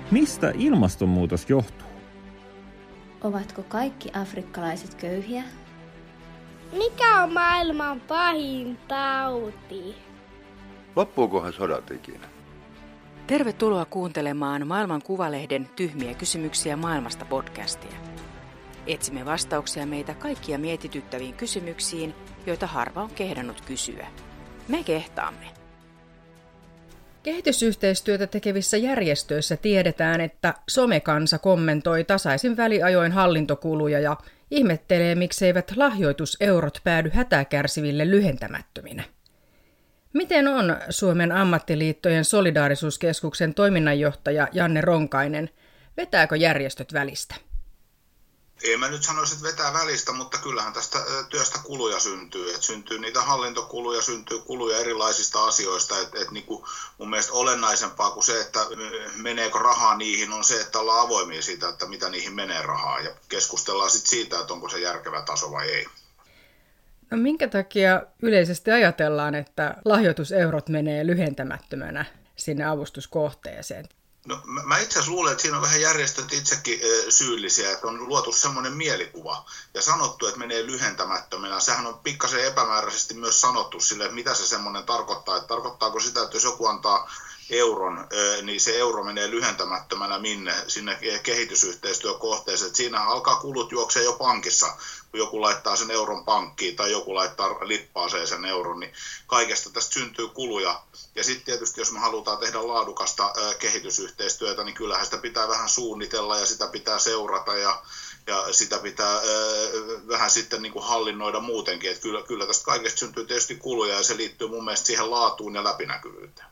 Mistä ilmastonmuutos johtuu? Ovatko kaikki afrikkalaiset köyhiä? Mikä on maailman pahin tauti? Loppuukohan sodat ikinä? Tervetuloa kuuntelemaan Maailman Kuvalehden Tyhmiä kysymyksiä maailmasta podcastia. Etsimme vastauksia meitä kaikkia mietityttäviin kysymyksiin, joita harva on kehdannut kysyä. Me kehtaamme. Kehitysyhteistyötä tekevissä järjestöissä tiedetään, että somekansa kommentoi tasaisin väliajoin hallintokuluja ja ihmettelee, mikseivät lahjoituseurot päädy hätää kärsiville lyhentämättöminä. Miten on Suomen ammattiliittojen solidaarisuuskeskuksen toiminnanjohtaja Janne Ronkainen? Vetääkö järjestöt välistä? Ei mä nyt sanoisi, että vetää välistä, mutta kyllähän tästä työstä kuluja syntyy. Et syntyy niitä hallintokuluja, syntyy kuluja erilaisista asioista. Et niinku mun mielestä olennaisempaa kuin se, että meneekö rahaa niihin, on se, että ollaan avoimia siitä, että mitä niihin menee rahaa. Ja keskustellaan sitten siitä, että onko se järkevä taso vai ei. No minkä takia yleisesti ajatellaan, että lahjoituseurot menee lyhentämättömänä sinne avustuskohteeseen? No, mä itse asiassa luulen, että siinä on vähän järjestöt itsekin syyllisiä, että on luotu semmoinen mielikuva ja sanottu, että menee lyhentämättömänä. Sehän on pikkasen epämääräisesti myös sanottu sille, että mitä se semmoinen tarkoittaa. Että tarkoittaako sitä, että jos joku antaa euron, niin se euro menee lyhentämättömänä sinne kehitysyhteistyökohteeseen. Että siinähän alkaa kulut juoksee jo pankissa, kun joku laittaa sen euron pankkiin tai joku laittaa lippaaseen sen euron, niin kaikesta tästä syntyy kuluja. Ja sitten tietysti, jos me halutaan tehdä laadukasta kehitysyhteistyötä, niin kyllähän sitä pitää vähän suunnitella ja sitä pitää seurata ja sitä pitää vähän sitten niin kuin hallinnoida muutenkin. Että kyllä tästä kaikesta syntyy tietysti kuluja ja se liittyy mun mielestä siihen laatuun ja läpinäkyvyyteen.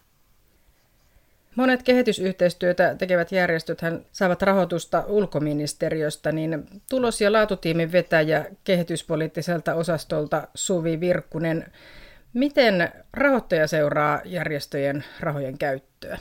Monet kehitysyhteistyötä tekevät järjestöthän saavat rahoitusta ulkoministeriöstä, niin tulos- ja laatutiimin vetäjä kehityspoliittiselta osastolta Suvi Virkkunen. Miten rahoittaja seuraa järjestöjen rahojen käyttöä?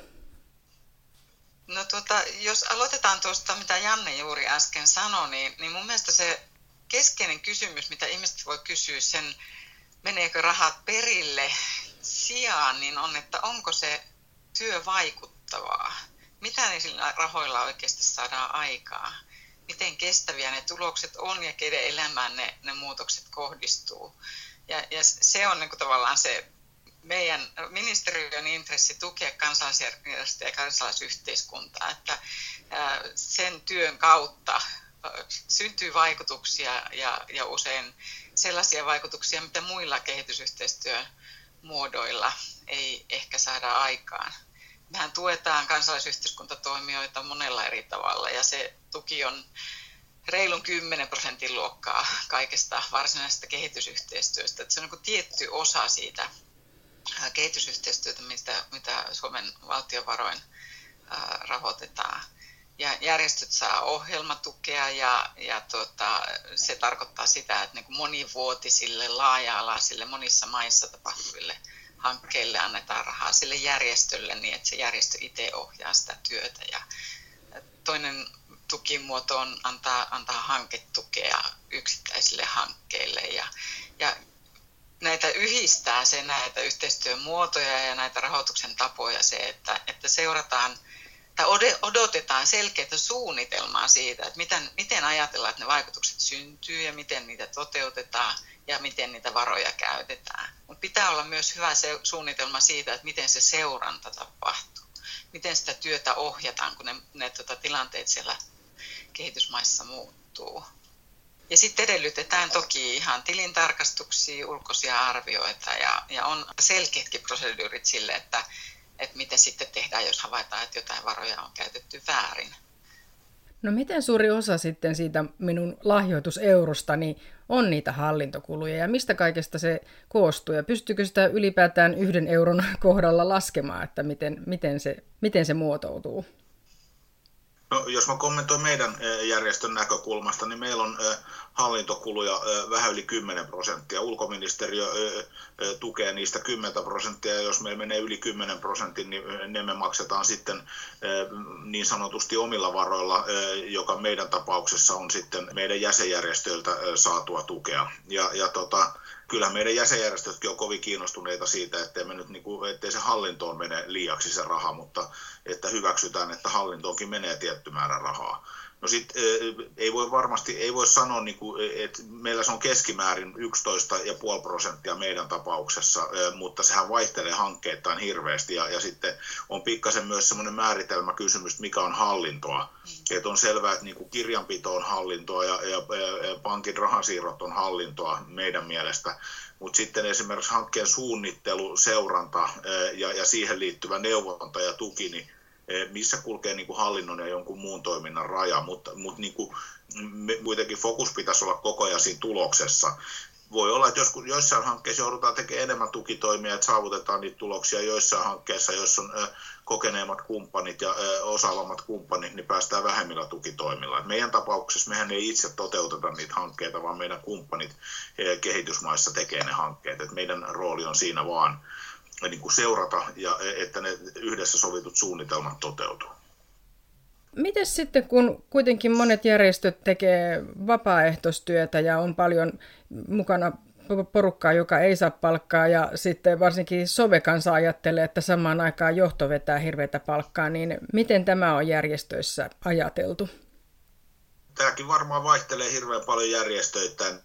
No jos aloitetaan tuosta, mitä Janne juuri äsken sanoi, niin mun mielestä se keskeinen kysymys, mitä ihmiset voi kysyä sen, meneekö rahat perille sijaan, niin on, että onko se työ vaikuttavaa? Mitä niillä rahoilla oikeasti saadaan aikaa? Miten kestäviä ne tulokset on ja keiden elämään ne muutokset kohdistuu? Ja se on niin kuin tavallaan se meidän ministeriön intressi tukea kansalaisjärjestöjä ja kansalaisyhteiskuntaa, että sen työn kautta syntyy vaikutuksia ja usein sellaisia vaikutuksia, mitä muilla kehitysyhteistyön muodoilla ei ehkä saada aikaan. Mehän tuetaan kansalaisyhteiskuntatoimijoita monella eri tavalla ja se tuki on reilun 10% luokkaa kaikesta varsinaisesta kehitysyhteistyöstä. Että se on niin kuin tietty osa siitä kehitysyhteistyötä, mitä Suomen valtionvaroin rahoitetaan. Ja järjestöt saa ohjelmatukea ja se tarkoittaa sitä, että niin kuin monivuotisille, laaja-alaisille, monissa maissa tapahtuville hankkeille annetaan rahaa sille järjestölle niin, että se järjestö itse ohjaa sitä työtä. Ja toinen tukimuoto on antaa hanketukea yksittäisille hankkeille ja näitä yhdistää se näitä yhteistyön muotoja ja näitä rahoituksen tapoja se, että seurataan tai odotetaan selkeää suunnitelmaa siitä, että miten ajatellaan, että ne vaikutukset syntyy ja miten niitä toteutetaan ja miten niitä varoja käytetään. Mutta pitää olla myös hyvä suunnitelma siitä, että miten se seuranta tapahtuu, miten sitä työtä ohjataan, kun ne tilanteet siellä kehitysmaissa muuttuu. Ja sitten edellytetään toki ihan tilintarkastuksia, ulkoisia arvioita ja on selkeätkin proseduurit sille, että miten sitten tehdään, jos havaitaan, että jotain varoja on käytetty väärin. No miten suuri osa sitten siitä minun lahjoituseurostani on niitä hallintokuluja ja mistä kaikesta se koostuu? Ja pystyykö sitä ylipäätään 1 euron kohdalla laskemaan, että miten se muotoutuu? No, jos mä kommentoin meidän järjestön näkökulmasta, niin meillä on hallintokuluja vähän yli 10%. Ulkoministeriö tukee niistä 10%, ja jos meillä menee yli 10%, niin ne me maksetaan sitten niin sanotusti omilla varoilla, joka meidän tapauksessa on sitten meidän jäsenjärjestöiltä saatua tukea. kyllähän meidän jäsenjärjestötkin on kovin kiinnostuneita siitä, ettei se hallintoon mene liiaksi se raha, mutta että hyväksytään, että hallintoonkin menee tietty määrä rahaa. No sitten ei voi sanoa, että meillä se on keskimäärin 11,5% meidän tapauksessa, mutta sehän vaihtelee hankkeittain hirveästi ja sitten on pikkasen myös semmoinen määritelmäkysymys, mikä on hallintoa. Että on selvää, että kirjanpito on hallintoa ja pankin rahansiirrot on hallintoa meidän mielestä, mutta sitten esimerkiksi hankkeen suunnittelu, seuranta ja siihen liittyvä neuvonta ja tuki, niin missä kulkee hallinnon ja jonkun muun toiminnan raja, mutta kuitenkin fokus pitäisi olla koko ajan siinä tuloksessa. Voi olla, että joissain hankkeissa joudutaan tekemään enemmän tukitoimia, että saavutetaan niitä tuloksia. Joissain hankkeissa, joissa on kokeneemmat kumppanit ja osaavammat kumppanit, niin päästään vähemmillä tukitoimilla. Meidän tapauksessa mehän ei itse toteuteta niitä hankkeita, vaan meidän kumppanit kehitysmaissa tekee ne hankkeet. Et meidän rooli on siinä vaan seurata ja että ne yhdessä sovitut suunnitelmat toteutuu. Miten sitten, kun kuitenkin monet järjestöt tekee vapaaehtoistyötä ja on paljon mukana porukkaa, joka ei saa palkkaa ja sitten varsinkin Sovekansa ajattelee, että samaan aikaan johto vetää hirveätä palkkaa, niin miten tämä on järjestöissä ajateltu? Tämäkin varmaan vaihtelee hirveän paljon järjestöittäin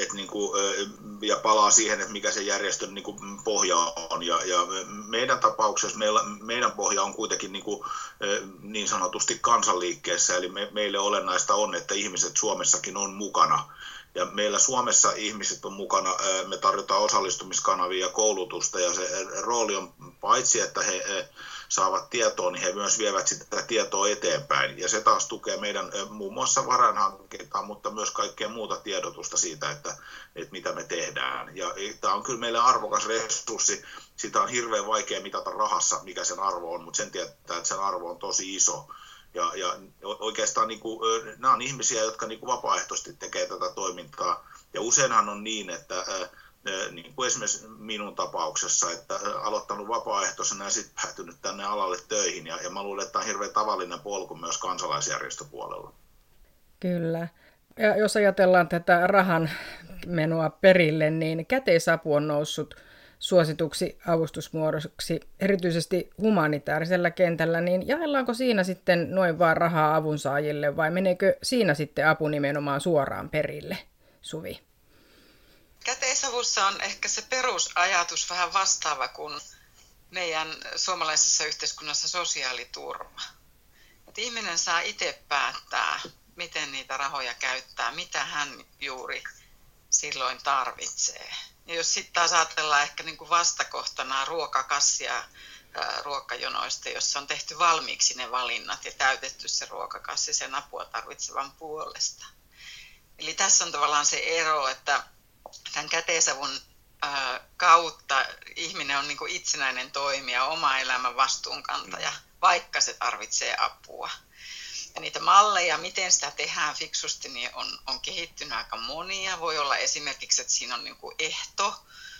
ja palaa siihen, että mikä se järjestön pohja on. Ja meidän tapauksessa meidän pohja on kuitenkin niin sanotusti kansanliikkeessä, eli meille olennaista on, että ihmiset Suomessakin on mukana. Ja meillä Suomessa ihmiset on mukana, me tarjotaan osallistumiskanavia ja koulutusta, ja se rooli on paitsi, että he saavat tietoa, niin he myös vievät sitä tietoa eteenpäin. Ja se taas tukee meidän muun muassa varainhankintaa, mutta myös kaikkea muuta tiedotusta siitä, että mitä me tehdään. Ja tämä on kyllä meille arvokas resurssi. Sitä on hirveän vaikea mitata rahassa, mikä sen arvo on, mutta sen tietää, että sen arvo on tosi iso. Ja oikeastaan nämä on ihmisiä, jotka vapaaehtoisesti tekee tätä toimintaa. Ja useinhan on niin, että niin kuin esimerkiksi minun tapauksessa, että aloittanut vapaaehtoisena ja sitten päätynyt tänne alalle töihin. Ja mä luulen, että tämä on hirveän tavallinen polku myös kansalaisjärjestöpuolella. Kyllä. Ja jos ajatellaan tätä rahan menoa perille, niin käteisapu on noussut suosituksi avustusmuodoksi, erityisesti humanitaarisella kentällä, niin jaellaanko siinä sitten noin vaan rahaa avunsaajille vai meneekö siinä sitten apu nimenomaan suoraan perille, Suvi? Käteisavussa on ehkä se perusajatus vähän vastaava kuin meidän suomalaisessa yhteiskunnassa sosiaaliturva. Että ihminen saa itse päättää, miten niitä rahoja käyttää, mitä hän juuri silloin tarvitsee. Ja jos sitten taas ajatellaan ehkä vastakohtana ruokakassia ruokajonoista, jossa on tehty valmiiksi ne valinnat ja täytetty se ruokakassi sen apua tarvitsevan puolesta. Eli tässä on tavallaan se ero, että tämän käteisavun kautta ihminen on itsenäinen toimija, oma elämän vastuunkantaja, vaikka se tarvitsee apua. Ja niitä malleja, miten sitä tehdään fiksusti, niin on kehittynyt aika monia. Voi olla esimerkiksi, että siinä on ehto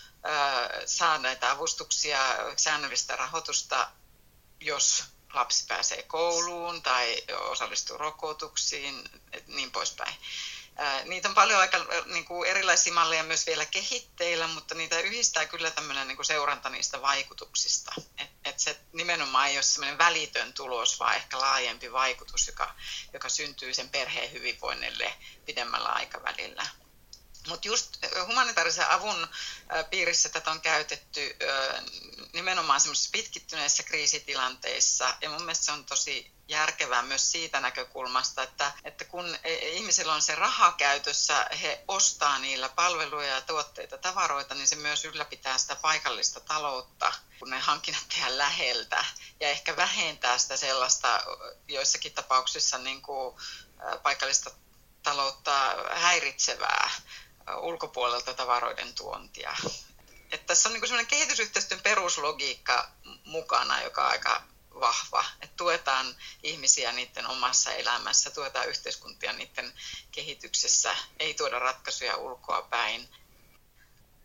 saada näitä avustuksia, säännöllistä rahoitusta, jos lapsi pääsee kouluun tai osallistuu rokotuksiin, niin poispäin. Niitä on paljon aika erilaisia malleja myös vielä kehitteillä, mutta niitä yhdistää kyllä tämmöinen seuranta niistä vaikutuksista. Et se nimenomaan ei ole semmoinen välitön tulos, vaan ehkä laajempi vaikutus, joka syntyy sen perheen hyvinvoinnille pidemmällä aikavälillä. Mutta just humanitaarisen avun piirissä tätä on käytetty nimenomaan semmoisissa pitkittyneissä kriisitilanteissa, ja mun mielestä se on tosi järkevää myös siitä näkökulmasta, että kun ihmisillä on se raha käytössä, he ostaa niillä palveluja ja tuotteita, tavaroita, niin se myös ylläpitää sitä paikallista taloutta, kun ne hankinnat tehdään läheltä, ja ehkä vähentää sitä sellaista joissakin tapauksissa paikallista taloutta häiritsevää ulkopuolelta tavaroiden tuontia. Että tässä on semmoinen kehitysyhteistyön peruslogiikka mukana, joka on aika vahva. Että tuetaan ihmisiä niiden omassa elämässä, tuetaan yhteiskuntia niiden kehityksessä, ei tuoda ratkaisuja ulkoa päin.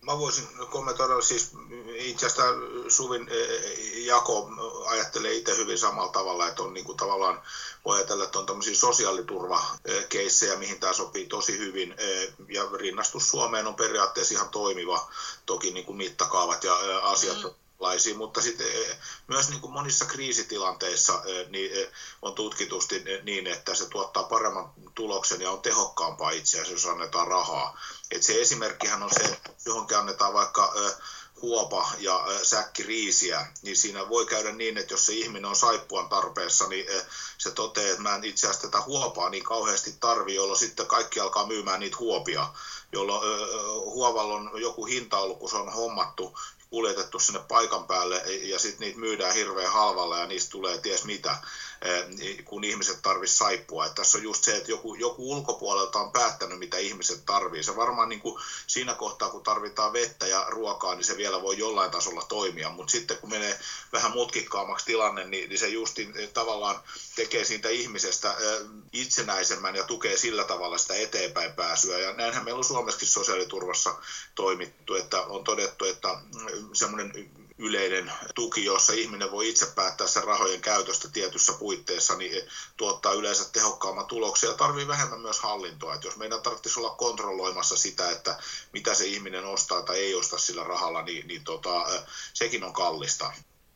Mä voisin kommentoida, siis itse asiassa Suvin jako ajattelee itse hyvin samalla tavalla, että on niin kuin tavallaan, voi ajatella, että on tämmöisiä sosiaaliturvakeissejä, mihin tämä sopii tosi hyvin, ja rinnastus Suomeen on periaatteessa ihan toimiva, toki niin kuin mittakaavat ja asiat mutta sitten myös niin kuin monissa kriisitilanteissa niin on tutkitusti niin, että se tuottaa paremman tuloksen ja on tehokkaampaa itse asiassa, jos annetaan rahaa. Et se esimerkkihän on se, johonkin annetaan vaikka huopa ja säkki riisiä, niin siinä voi käydä niin, että jos se ihminen on saippuan tarpeessa, niin se toteaa, että mä en itse asiassa tätä huopaa niin kauheasti tarvitse, jolloin sitten kaikki alkaa myymään niitä huopia, jolloin huovalla on joku hinta ollut, kun se on hommattu, kuljetettu sinne paikan päälle ja sitten niitä myydään hirveän halvalla ja niistä tulee ties mitä, kun ihmiset tarvitsisivat saippua. Että tässä on just se, että joku ulkopuolelta on päättänyt, mitä ihmiset tarvitsevat. Se varmaan niin kuin siinä kohtaa, kun tarvitaan vettä ja ruokaa, niin se vielä voi jollain tasolla toimia. Mutta sitten kun menee vähän mutkikkaammaksi tilanne, niin se just tavallaan tekee siitä ihmisestä itsenäisemmän ja tukee sillä tavalla sitä eteenpäin pääsyä. Ja näinhän meillä on Suomessakin sosiaaliturvassa toimittu, että on todettu, että semmoinen yleinen tuki, jossa ihminen voi itse päättää sen rahojen käytöstä tietyssä puitteissa, niin tuottaa yleensä tehokkaamman tuloksia ja tarvii vähemmän myös hallintoa. Että jos meidän tarvitsisi olla kontrolloimassa sitä, että mitä se ihminen ostaa tai ei osta sillä rahalla, niin sekin on kallista.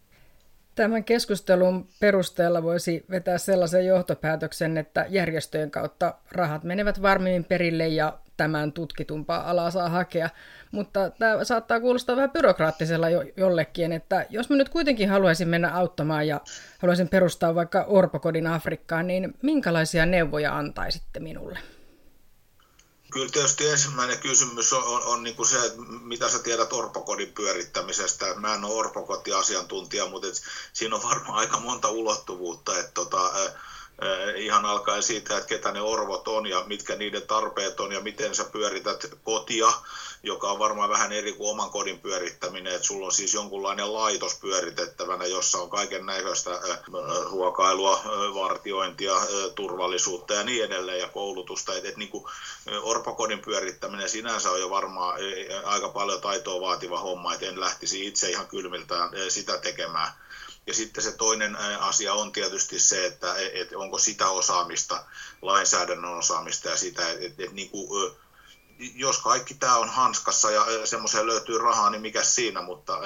Tämän keskustelun perusteella voisi vetää sellaisen johtopäätöksen, että järjestöjen kautta rahat menevät varmemmin perille ja tämän tutkitumpaa alaa saa hakea. Mutta tämä saattaa kuulostaa vähän byrokraattisella jollekin, että jos mä nyt kuitenkin haluaisin mennä auttamaan ja haluaisin perustaa vaikka orpokodin Afrikkaan, niin minkälaisia neuvoja antaisitte minulle? Kyllä tietysti ensimmäinen kysymys on niin kuin se, että mitä sä tiedät orpokodin pyörittämisestä. Mä en ole orpokotiasiantuntija, mutta siinä on varmaan aika monta ulottuvuutta. Että ihan alkaen siitä, että ketä ne orvot on ja mitkä niiden tarpeet on ja miten sä pyörität kotia, joka on varmaan vähän eri kuin oman kodin pyörittäminen, että sulla on siis jonkunlainen laitos pyöritettävänä, jossa on kaiken näköistä ruokailua, vartiointia, turvallisuutta ja niin edelleen ja koulutusta. Et niin kuin orpokodin pyörittäminen sinänsä on jo varmaan aika paljon taitoa vaativa homma, että en lähtisi itse ihan kylmiltään sitä tekemään. Ja sitten se toinen asia on tietysti se, että onko sitä osaamista, lainsäädännön osaamista ja sitä, että niin kuin, jos kaikki tämä on hanskassa ja semmoiseen löytyy rahaa, niin mikä siinä, mutta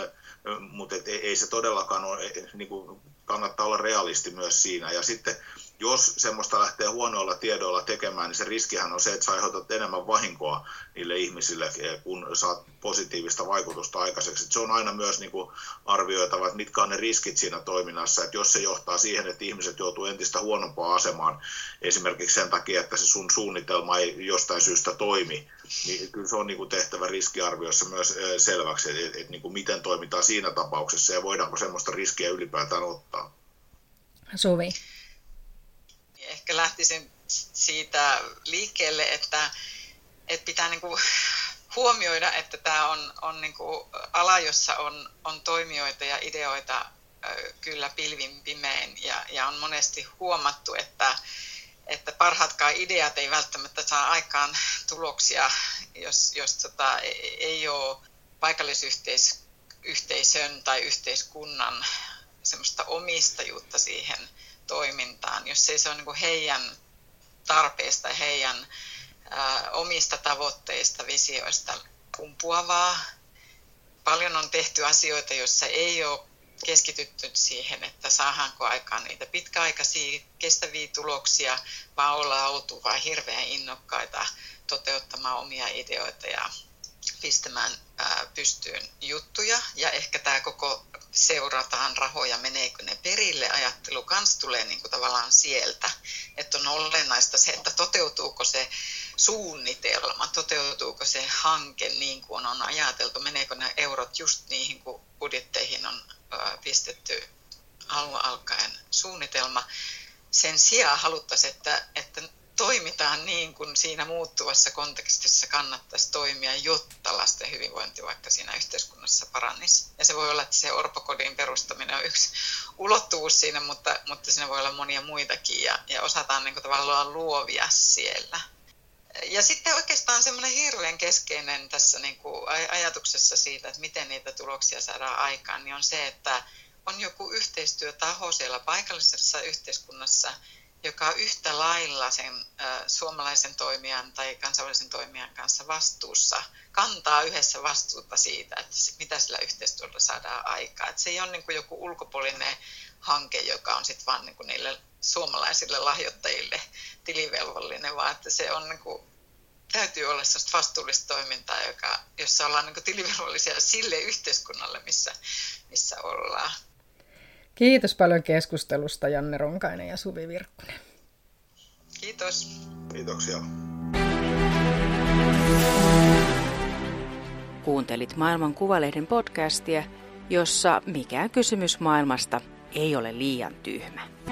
ei se todellakaan ole, niin kuin kannattaa olla realisti myös siinä. Ja sitten jos semmoista lähtee huonoilla tiedoilla tekemään, niin se riskihän on se, että sä aiheutat enemmän vahinkoa niille ihmisille, kun saat positiivista vaikutusta aikaiseksi. Että se on aina myös niin kuin arvioitava, että mitkä on ne riskit siinä toiminnassa. Että jos se johtaa siihen, että ihmiset joutuu entistä huonompaan asemaan, esimerkiksi sen takia, että se sun suunnitelma ei jostain syystä toimi, niin kyllä se on niin kuin tehtävä riskiarvioissa myös selväksi, että niin kuin miten toimitaan siinä tapauksessa ja voidaanko semmoista riskiä ylipäätään ottaa. Suvi. Ehkä lähtisin siitä liikkeelle, että pitää niinku huomioida, että tämä on niinku ala, jossa on toimijoita ja ideoita kyllä pilvin pimein ja on monesti huomattu, että parhaatkaan ideat ei välttämättä saa aikaan tuloksia, jos ei ole paikallisyhteisön tai yhteiskunnan semmoista omistajuutta siihen toimintaan, jos ei se ole niin kuin heidän tarpeista ja heidän omista tavoitteista, visioista kumpuavaa. Paljon on tehty asioita, joissa ei ole keskitytty siihen, että saadaanko aikaan niitä pitkäaikaisia kestäviä tuloksia, vaan ollaan oltu vain hirveän innokkaita toteuttamaan omia ideoita ja pistämään pystyyn juttuja. Ja ehkä tämä koko seurataan rahoja, meneekö ne perille, ajattelu kanssa tulee niin kuin tavallaan sieltä. Että on olennaista se, että toteutuuko se suunnitelma, toteutuuko se hanke niin kuin on ajateltu, meneekö ne eurot just niihin, kun budjetteihin on pistetty alun alkaen suunnitelma. Sen sijaan haluttaisiin, että toimitaan niin kuin siinä muuttuvassa kontekstissa kannattaisi toimia, jotta lasten hyvinvointi vaikka siinä yhteiskunnassa parannisi. Ja se voi olla, että se orpokodin perustaminen on yksi ulottuvuus siinä, mutta siinä voi olla monia muitakin ja osataan niin kuin tavallaan luovia siellä. Ja sitten oikeastaan semmoinen hirveän keskeinen tässä niin kuin ajatuksessa siitä, että miten niitä tuloksia saadaan aikaan, niin on se, että on joku yhteistyötaho siellä paikallisessa yhteiskunnassa, joka on yhtä lailla sen suomalaisen toimijan tai kansainvälisen toimijan kanssa vastuussa, kantaa yhdessä vastuuta siitä, että mitä sillä yhteistyöllä saadaan aikaan. Että se ei ole niin kuin joku ulkopuolinen hanke, joka on sitten vaan niin kuin niille suomalaisille lahjoittajille tilivelvollinen, vaan että se on niin kuin, täytyy olla sellaista vastuullista toimintaa, jossa ollaan niin kuin tilivelvollisia sille yhteiskunnalle, missä ollaan. Kiitos paljon keskustelusta, Janne Ronkainen ja Suvi Virkkunen. Kiitos. Kiitoksia. Kuuntelit Maailman Kuvalehden podcastia, jossa mikään kysymys maailmasta ei ole liian tyhmä.